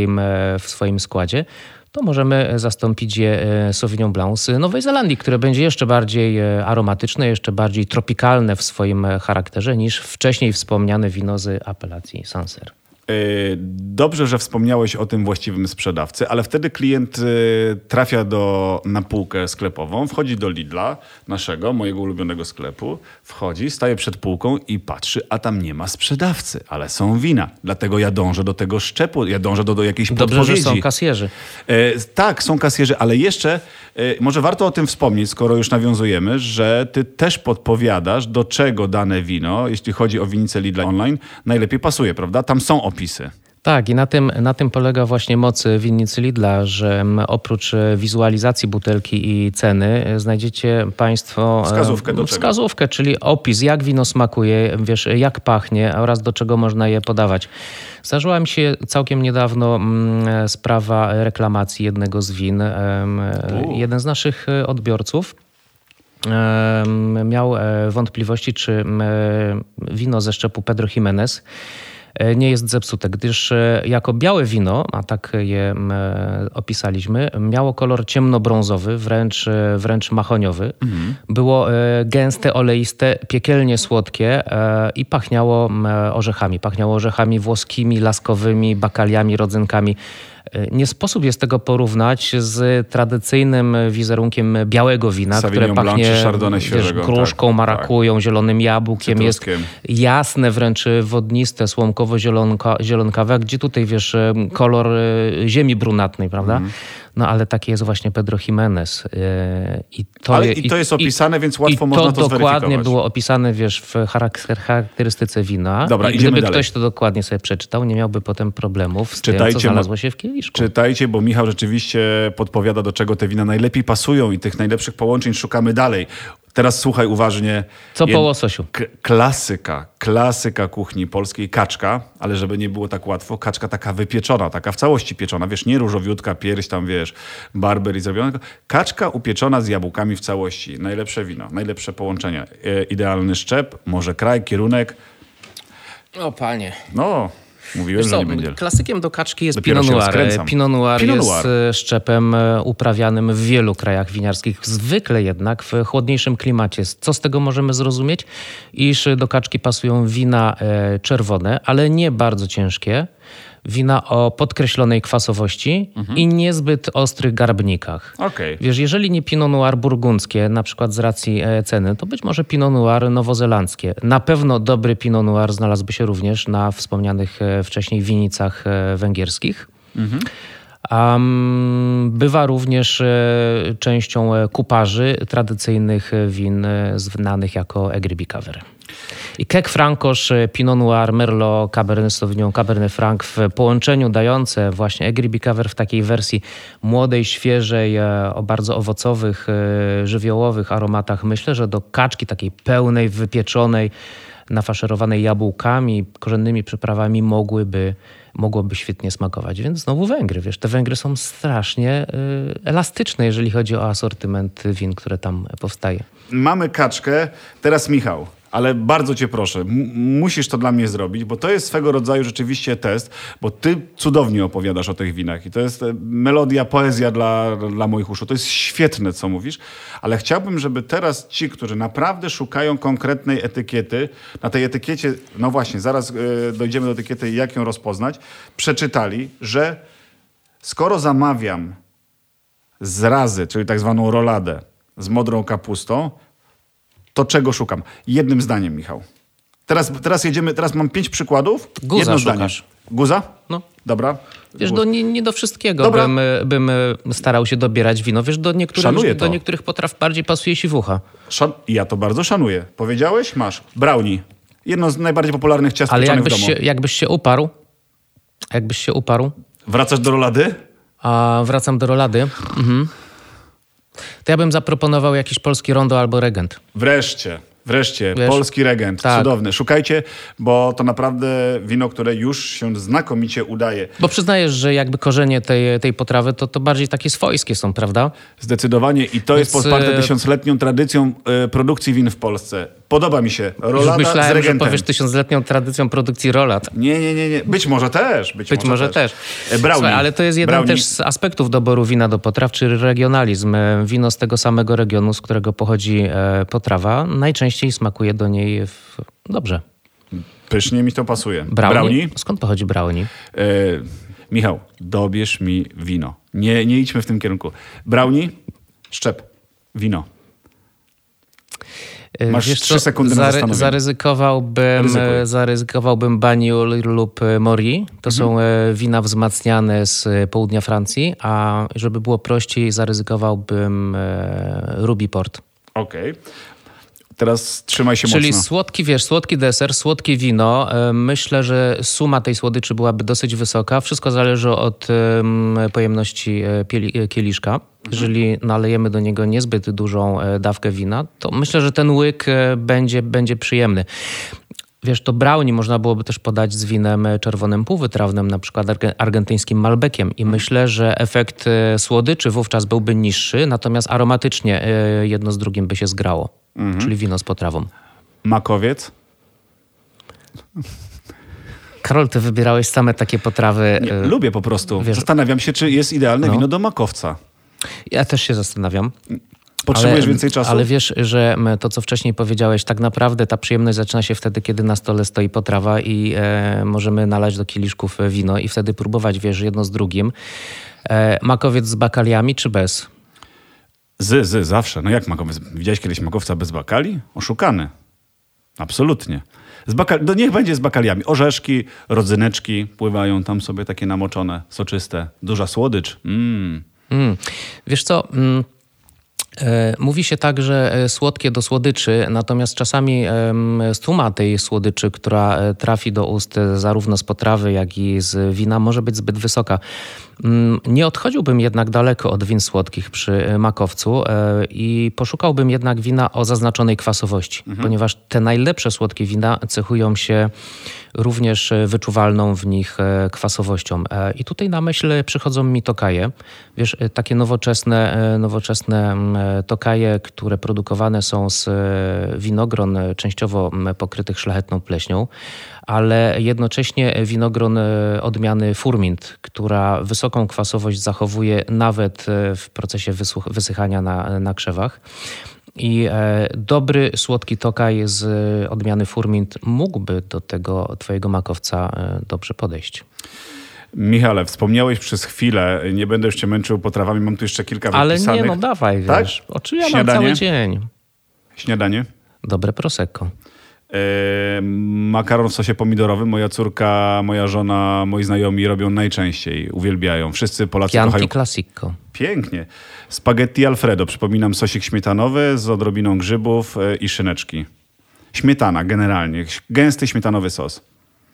w swoim składzie, to możemy zastąpić je Sauvignon Blanc z Nowej Zelandii, które będzie jeszcze bardziej aromatyczne, jeszcze bardziej tropikalne w swoim charakterze niż wcześniej wspomniane wino z apelacji Sancerre. Dobrze, że wspomniałeś o tym właściwym sprzedawcy, ale wtedy klient trafia na półkę sklepową, wchodzi do Lidla, mojego ulubionego sklepu, staje przed półką i patrzy, a tam nie ma sprzedawcy, ale są wina. Dlatego ja dążę do tego szczepu, ja dążę do jakiejś podpowiedzi. Dobrze, że są kasjerzy. Tak, są kasjerzy, ale jeszcze może warto o tym wspomnieć, skoro już nawiązujemy, że ty też podpowiadasz, do czego dane wino, jeśli chodzi o winnicę Lidla online, najlepiej pasuje, prawda? Tam są opisy. Tak, i na tym polega właśnie moc winnicy Lidla, że oprócz wizualizacji butelki i ceny znajdziecie państwo wskazówkę, czyli opis, jak wino smakuje, wiesz, jak pachnie oraz do czego można je podawać. Zdarzyła mi się całkiem niedawno sprawa reklamacji jednego z win. Jeden z naszych odbiorców miał wątpliwości, czy wino ze szczepu Pedro Jimenez nie jest zepsute, gdyż jako białe wino, a tak je opisaliśmy, miało kolor ciemnobrązowy, wręcz mahoniowy. Było gęste, oleiste, piekielnie słodkie i pachniało orzechami. Pachniało orzechami włoskimi, laskowymi, bakaliami, rodzynkami. Nie sposób jest tego porównać z tradycyjnym wizerunkiem białego wina, które pachnie gruszką, marakują, zielonym jabłkiem. Cytruskiem. Jest jasne, wręcz wodniste, słomkowo-zielonkawe, gdzie tutaj wiesz kolor ziemi brunatnej, prawda? No ale taki jest właśnie Pedro Jimenez. I to jest opisane, więc łatwo można to zweryfikować. To dokładnie było opisane, wiesz, w charakterystyce wina. Dobra, i gdyby ktoś to dokładnie sobie przeczytał, nie miałby potem problemów z tym, co znalazło się w kieliszku. Czytajcie, bo Michał rzeczywiście podpowiada, do czego te wina najlepiej pasują i tych najlepszych połączeń szukamy dalej. Teraz słuchaj uważnie. Co po łososiu? Klasyka kuchni polskiej, kaczka, ale żeby nie było tak łatwo, kaczka taka wypieczona, taka w całości pieczona, wiesz, nie różowiutka, pierś tam, wiesz, barber i zrobione. Kaczka upieczona z jabłkami w całości. Najlepsze wino, najlepsze połączenia. Idealny szczep, może kraj, kierunek. O panie. No, Mówiłem, że nie będzie. Klasykiem do kaczki jest Dopiero Pinot się Noir. rozkręcam. Pinot Noir Pinot jest Noir. szczepem uprawianym w wielu krajach winiarskich. Zwykle jednak w chłodniejszym klimacie. Co z tego możemy zrozumieć? Iż do kaczki pasują wina czerwone, ale nie bardzo ciężkie. Wina o podkreślonej kwasowości i niezbyt ostrych garbnikach. Okej. Wiesz, jeżeli nie Pinot Noir burgundzkie, na przykład z racji ceny, to być może Pinot Noir nowozelandzkie. Na pewno dobry Pinot Noir znalazłby się również na wspomnianych wcześniej winicach węgierskich. Bywa również częścią kuparzy tradycyjnych win znanych jako Aigry Bicavere. I Keck Francosz, Pinot Noir, Merlot, Cabernet Sauvignon, Cabernet Franc w połączeniu dające właśnie Aigry Bicavere w takiej wersji młodej, świeżej, o bardzo owocowych, żywiołowych aromatach. Myślę, że do kaczki takiej pełnej, wypieczonej, nafaszerowanej jabłkami, korzennymi przyprawami mogłoby świetnie smakować. Więc znowu Węgry. Wiesz, te Węgry są strasznie elastyczne, jeżeli chodzi o asortyment win, które tam powstaje. Mamy kaczkę. Teraz Michał. Ale bardzo cię proszę, musisz to dla mnie zrobić, bo to jest swego rodzaju rzeczywiście test, bo ty cudownie opowiadasz o tych winach i to jest melodia, poezja dla moich uszu. To jest świetne, co mówisz, ale chciałbym, żeby teraz ci, którzy naprawdę szukają konkretnej etykiety, na tej etykiecie, no właśnie, zaraz dojdziemy do etykiety, jak ją rozpoznać, przeczytali, że skoro zamawiam zrazy, czyli tak zwaną roladę z modrą kapustą, to czego szukam? Jednym zdaniem, Michał. Teraz jedziemy, teraz mam 5 przykładów. Guza jedno szukasz. zdanie. Guza? No. Dobra. Wiesz, nie do wszystkiego Dobra. bym starał się dobierać wino. Wiesz, do Szanuję to. niektórych potraw bardziej pasuje siwucha. Ja to bardzo szanuję. Powiedziałeś? Masz. Brownie. Jedno z najbardziej popularnych ciast Ale pieczonych w domu. jakbyś się uparł, Wracasz do rolady? a wracam do rolady, to ja bym zaproponował jakiś polski rondo albo regent. Wreszcie. Wiesz? Polski regent. Tak. Cudowny. Szukajcie, bo to naprawdę wino, które już się znakomicie udaje. Bo przyznajesz, że jakby korzenie tej potrawy to bardziej takie swojskie są, prawda? Zdecydowanie. I to jest Więc, poparte 1000-letnią tradycją produkcji win w Polsce. Podoba mi się. Już Rolada z myślałem, że regentem. powiesz 1000-letnią tradycją produkcji rolat. Nie. Być może też. Być może też. Brownie. Słuchaj, ale to jest jeden Brownie. też z aspektów doboru wina do potraw, czyli regionalizm. Wino z tego samego regionu, z którego pochodzi potrawa, najczęściej smakuje do niej dobrze. Pysznie mi to pasuje. Brownie? Skąd pochodzi brownie? Michał, dobierz mi wino. Nie idźmy w tym kierunku. Brownie, szczep, wino. Masz Wiesz 3 co, sekundy na zastanowienie. zaryzykowałbym Baniol lub Mori. To są wina wzmacniane z południa Francji, a żeby było prościej, zaryzykowałbym Ruby Port. Okej. Teraz trzymaj się Czyli mocno. słodki deser, słodkie wino. Myślę, że suma tej słodyczy byłaby dosyć wysoka. Wszystko zależy od pojemności kieliszka. Jeżeli nalejemy do niego niezbyt dużą dawkę wina, to myślę, że ten łyk będzie przyjemny. Wiesz, to brownie można byłoby też podać z winem czerwonym półwytrawnym, na przykład argentyńskim Malbeciem. I myślę, że efekt słodyczy wówczas byłby niższy, natomiast aromatycznie jedno z drugim by się zgrało. Czyli wino z potrawą. Makowiec? Karol, ty wybierałeś same takie potrawy. Nie, lubię po prostu. Wiesz, Zastanawiam się, czy jest idealne wino do makowca. Ja też się zastanawiam. Potrzebujesz więcej czasu? Ale wiesz, że to, co wcześniej powiedziałeś, tak naprawdę ta przyjemność zaczyna się wtedy, kiedy na stole stoi potrawa i możemy nalać do kieliszków wino i wtedy próbować, wiesz, jedno z drugim. Makowiec z bakaliami czy bez? Zawsze. No jak makowiec? Widziałeś kiedyś makowca bez bakali? Oszukany. Absolutnie. No niech będzie z bakaliami. Orzeszki, rodzyneczki pływają tam sobie takie namoczone, soczyste. Duża słodycz. Wiesz co... Mówi się tak, że słodkie do słodyczy, natomiast czasami suma tej słodyczy, która trafi do ust zarówno z potrawy, jak i z wina, może być zbyt wysoka. Nie odchodziłbym jednak daleko od win słodkich przy makowcu i poszukałbym jednak wina o zaznaczonej kwasowości, ponieważ te najlepsze słodkie wina cechują się również wyczuwalną w nich kwasowością. I tutaj na myśl przychodzą mi tokaje. Wiesz, takie nowoczesne tokaje, które produkowane są z winogron częściowo pokrytych szlachetną pleśnią, ale jednocześnie winogron odmiany Furmint, która wysoką kwasowość zachowuje nawet w procesie wysychania na krzewach. I dobry, słodki tokaj z odmiany Furmint mógłby do tego twojego makowca dobrze podejść. Michale, wspomniałeś przez chwilę, nie będę już cię męczył potrawami, mam tu jeszcze kilka wypisanych. Ale nie, no dawaj, tak? Wiesz. Oczywiście ja mam cały dzień. Śniadanie? Dobre prosecco. Makaron w sosie pomidorowym. Moja córka, moja żona, moi znajomi robią najczęściej. Uwielbiają. Wszyscy Polacy Chianti kochają. Classico. Pięknie. Spaghetti Alfredo. Przypominam, sosik śmietanowy z odrobiną grzybów i szyneczki. Śmietana generalnie. Gęsty śmietanowy sos.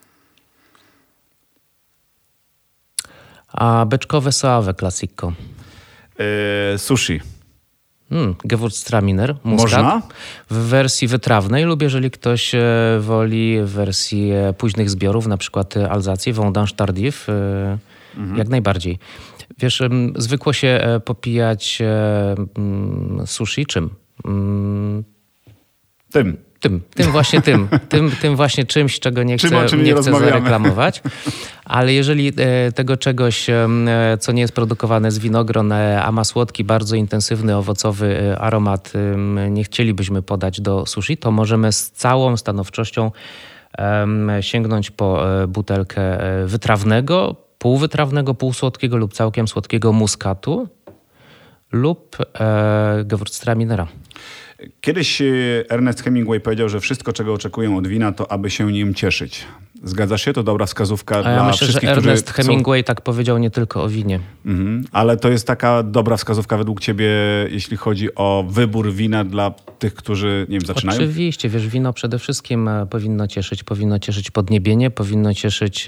A beczkowe soawe Classico. Sushi. Gewürztraminer, muskat. Można? W wersji wytrawnej lub jeżeli ktoś woli w wersji późnych zbiorów, na przykład Alzację, Vendange Tardif, jak najbardziej. Wiesz, zwykło się popijać sushi czym? Tym właśnie czymś, czego nie chcę zareklamować. Ale jeżeli tego czegoś, co nie jest produkowane z winogron, a ma słodki, bardzo intensywny, owocowy aromat, nie chcielibyśmy podać do sushi, to możemy z całą stanowczością sięgnąć po butelkę wytrawnego, półwytrawnego, półsłodkiego lub całkiem słodkiego muskatu lub Gewürztraminera. Kiedyś Ernest Hemingway powiedział, że wszystko, czego oczekują od wina, to aby się nim cieszyć. Zgadzasz się? To dobra wskazówka dla wszystkich, że Ernest Hemingway tak powiedział nie tylko o winie. Ale to jest taka dobra wskazówka według ciebie, jeśli chodzi o wybór wina dla tych, którzy, nie wiem, zaczynają? Oczywiście, wiesz, wino przede wszystkim powinno cieszyć podniebienie, powinno cieszyć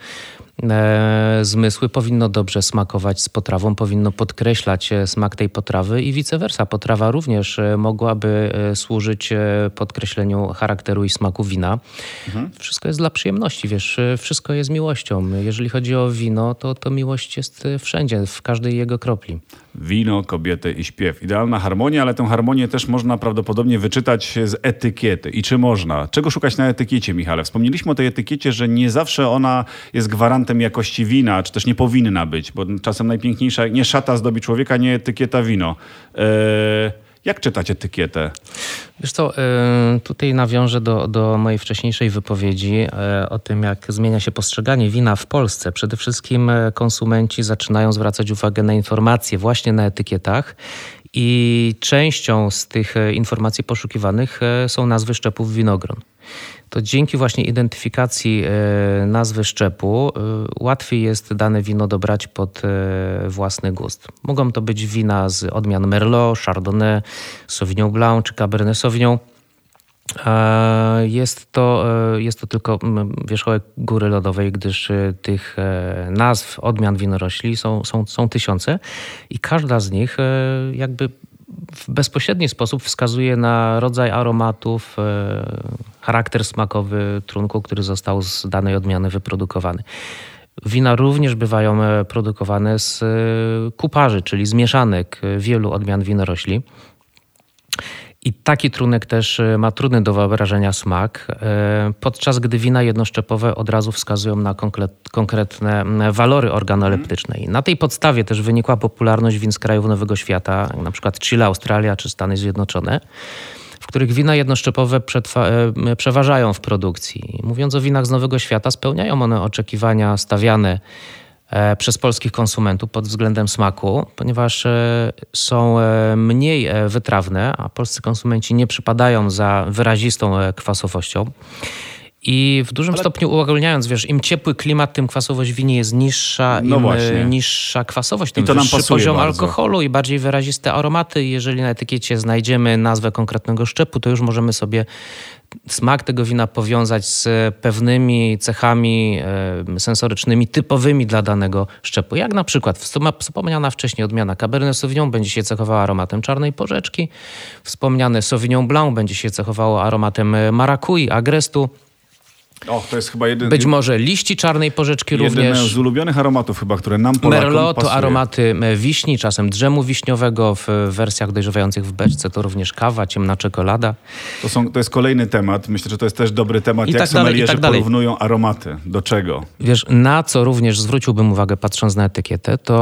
zmysły, powinno dobrze smakować z potrawą, powinno podkreślać smak tej potrawy i vice versa. Potrawa również mogłaby służyć podkreśleniu charakteru i smaku wina. Wszystko jest dla przyjemności, wiesz, wszystko jest miłością. Jeżeli chodzi o wino, to miłość jest wszędzie, w każdej jego kropli. Wino, kobiety i śpiew. Idealna harmonia, ale tę harmonię też można prawdopodobnie wyczytać z etykiety. I czy można? Czego szukać na etykiecie, Michale? Wspomnieliśmy o tej etykiecie, że nie zawsze ona jest gwarantem jakości wina, czy też nie powinna być, bo czasem najpiękniejsza, nie szata zdobi człowieka, nie etykieta wino. Jak czytać etykietę? Wiesz co, tutaj nawiążę do mojej wcześniejszej wypowiedzi o tym, jak zmienia się postrzeganie wina w Polsce. Przede wszystkim konsumenci zaczynają zwracać uwagę na informacje właśnie na etykietach i częścią z tych informacji poszukiwanych są nazwy szczepów winogron. To dzięki właśnie identyfikacji nazwy szczepu łatwiej jest dane wino dobrać pod własny gust. Mogą to być wina z odmian Merlot, Chardonnay, Sauvignon Blanc czy Cabernet Sauvignon. Jest to tylko wierzchołek góry lodowej, gdyż tych nazw, odmian winorośli są tysiące i każda z nich jakby w bezpośredni sposób wskazuje na rodzaj aromatów, charakter smakowy trunku, który został z danej odmiany wyprodukowany. Wina również bywają produkowane z kuparzy, czyli z mieszanek wielu odmian winorośli. I taki trunek też ma trudny do wyobrażenia smak, podczas gdy wina jednoszczepowe od razu wskazują na konkretne walory organoleptyczne. I na tej podstawie też wynikła popularność win z krajów Nowego Świata, na przykład Chile, Australia czy Stany Zjednoczone, w których wina jednoszczepowe przeważają w produkcji. Mówiąc o winach z Nowego Świata, spełniają one oczekiwania stawiane przez polskich konsumentów pod względem smaku, ponieważ są mniej wytrawne, a polscy konsumenci nie przypadają za wyrazistą kwasowością. I w dużym stopniu uogólniając, wiesz, im ciepły klimat, tym kwasowość w winie jest niższa, im niższa kwasowość, tym wyższy poziom alkoholu i bardziej wyraziste aromaty. Jeżeli na etykiecie znajdziemy nazwę konkretnego szczepu, to już możemy sobie smak tego wina powiązać z pewnymi cechami sensorycznymi typowymi dla danego szczepu. Jak na przykład wspomniana wcześniej odmiana Cabernet Sauvignon będzie się cechowała aromatem czarnej porzeczki, wspomniane Sauvignon Blanc będzie się cechowało aromatem marakui, agrestu, Och, to jest chyba Być może liści czarnej porzeczki również. Jeden z ulubionych aromatów chyba, które nam Polakom Merlot to pasuje. aromaty wiśni, czasem drzemu wiśniowego. W wersjach dojrzewających w beczce to również kawa, ciemna czekolada. To jest kolejny temat. Myślę, że to jest też dobry temat, I jak tak dalej, sommelierzy i tak dalej. porównują aromaty. Do czego? Wiesz, na co również zwróciłbym uwagę, patrząc na etykietę, to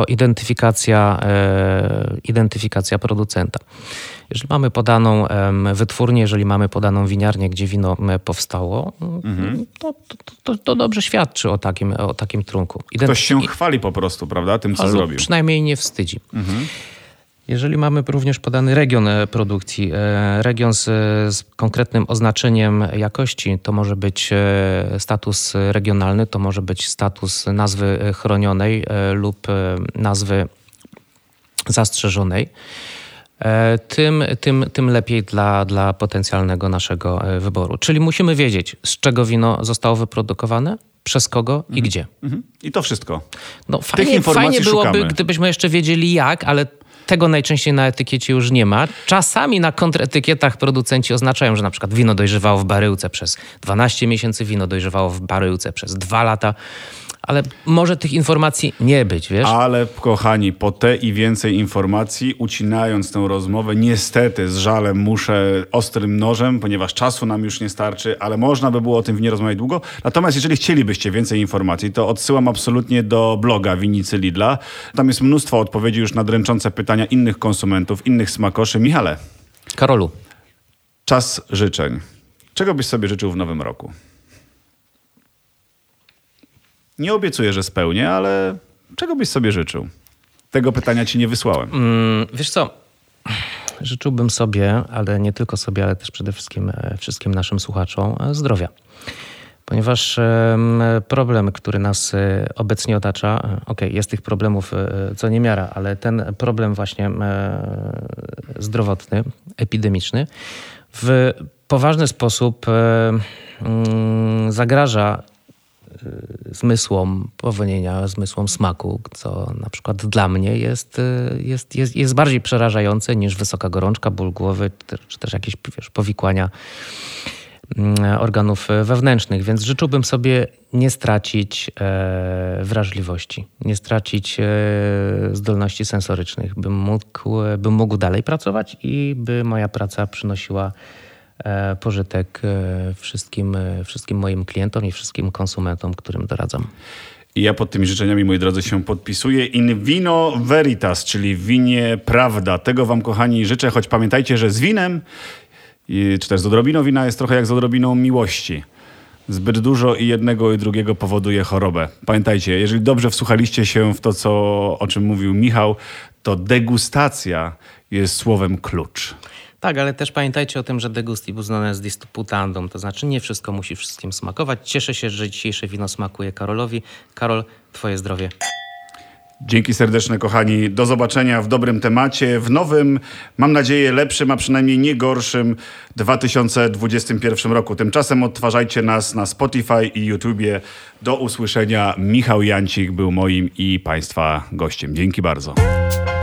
identyfikacja producenta. Jeżeli mamy podaną wytwórnię, jeżeli mamy podaną winiarnię, gdzie wino powstało, to dobrze świadczy o takim trunku. Ktoś się chwali po prostu, prawda, tym, co zrobił. Przynajmniej nie wstydzi. Jeżeli mamy również podany region produkcji, region z konkretnym oznaczeniem jakości, to może być status regionalny, to może być status nazwy chronionej lub nazwy zastrzeżonej, tym lepiej dla potencjalnego naszego wyboru. Czyli musimy wiedzieć, z czego wino zostało wyprodukowane, przez kogo i gdzie. I to wszystko. No, Tych informacji fajnie byłoby, szukamy. gdybyśmy jeszcze wiedzieli jak, ale tego najczęściej na etykiecie już nie ma. Czasami na kontretykietach producenci oznaczają, że na przykład wino dojrzewało w baryłce przez 12 miesięcy, wino dojrzewało w baryłce przez 2 lata. Ale może tych informacji nie być, wiesz? Ale kochani, po te i więcej informacji, ucinając tę rozmowę, niestety z żalem muszę ostrym nożem, ponieważ czasu nam już nie starczy, ale można by było o tym winie rozmawiać długo. Natomiast jeżeli chcielibyście więcej informacji, to odsyłam absolutnie do bloga Winicy Lidla. Tam jest mnóstwo odpowiedzi już na dręczące pytania innych konsumentów, innych smakoszy. Michale. Karolu. Czas życzeń. Czego byś sobie życzył w nowym roku? Nie obiecuję, że spełnię, ale czego byś sobie życzył? Tego pytania ci nie wysłałem. Wiesz co, życzyłbym sobie, ale nie tylko sobie, ale też przede wszystkim naszym słuchaczom zdrowia. Ponieważ problem, który nas obecnie otacza, jest tych problemów co niemiara, ale ten problem właśnie zdrowotny, epidemiczny w poważny sposób zagraża zmysłom powonienia, zmysłom smaku, co na przykład dla mnie jest bardziej przerażające niż wysoka gorączka, ból głowy, czy też jakieś powikłania organów wewnętrznych. Więc życzyłbym sobie nie stracić wrażliwości, nie stracić zdolności sensorycznych, bym mógł dalej pracować i by moja praca przynosiła pożytek wszystkim moim klientom i wszystkim konsumentom, którym doradzam. I ja pod tymi życzeniami, moi drodzy, się podpisuję. In vino veritas, czyli w winie prawda. Tego wam, kochani, życzę, choć pamiętajcie, że z winem, czy też z odrobiną wina jest trochę jak z odrobiną miłości. Zbyt dużo i jednego i drugiego powoduje chorobę. Pamiętajcie, jeżeli dobrze wsłuchaliście się w to, o czym mówił Michał, to degustacja jest słowem klucz. Tak, ale też pamiętajcie o tym, że degustibus non est disputandum, to znaczy nie wszystko musi wszystkim smakować. Cieszę się, że dzisiejsze wino smakuje Karolowi. Karol, twoje zdrowie. Dzięki serdeczne, kochani. Do zobaczenia w dobrym temacie, w nowym, mam nadzieję, lepszym, a przynajmniej nie gorszym 2021 roku. Tymczasem odtwarzajcie nas na Spotify i YouTubie. Do usłyszenia. Michał Jancik był moim i państwa gościem. Dzięki bardzo.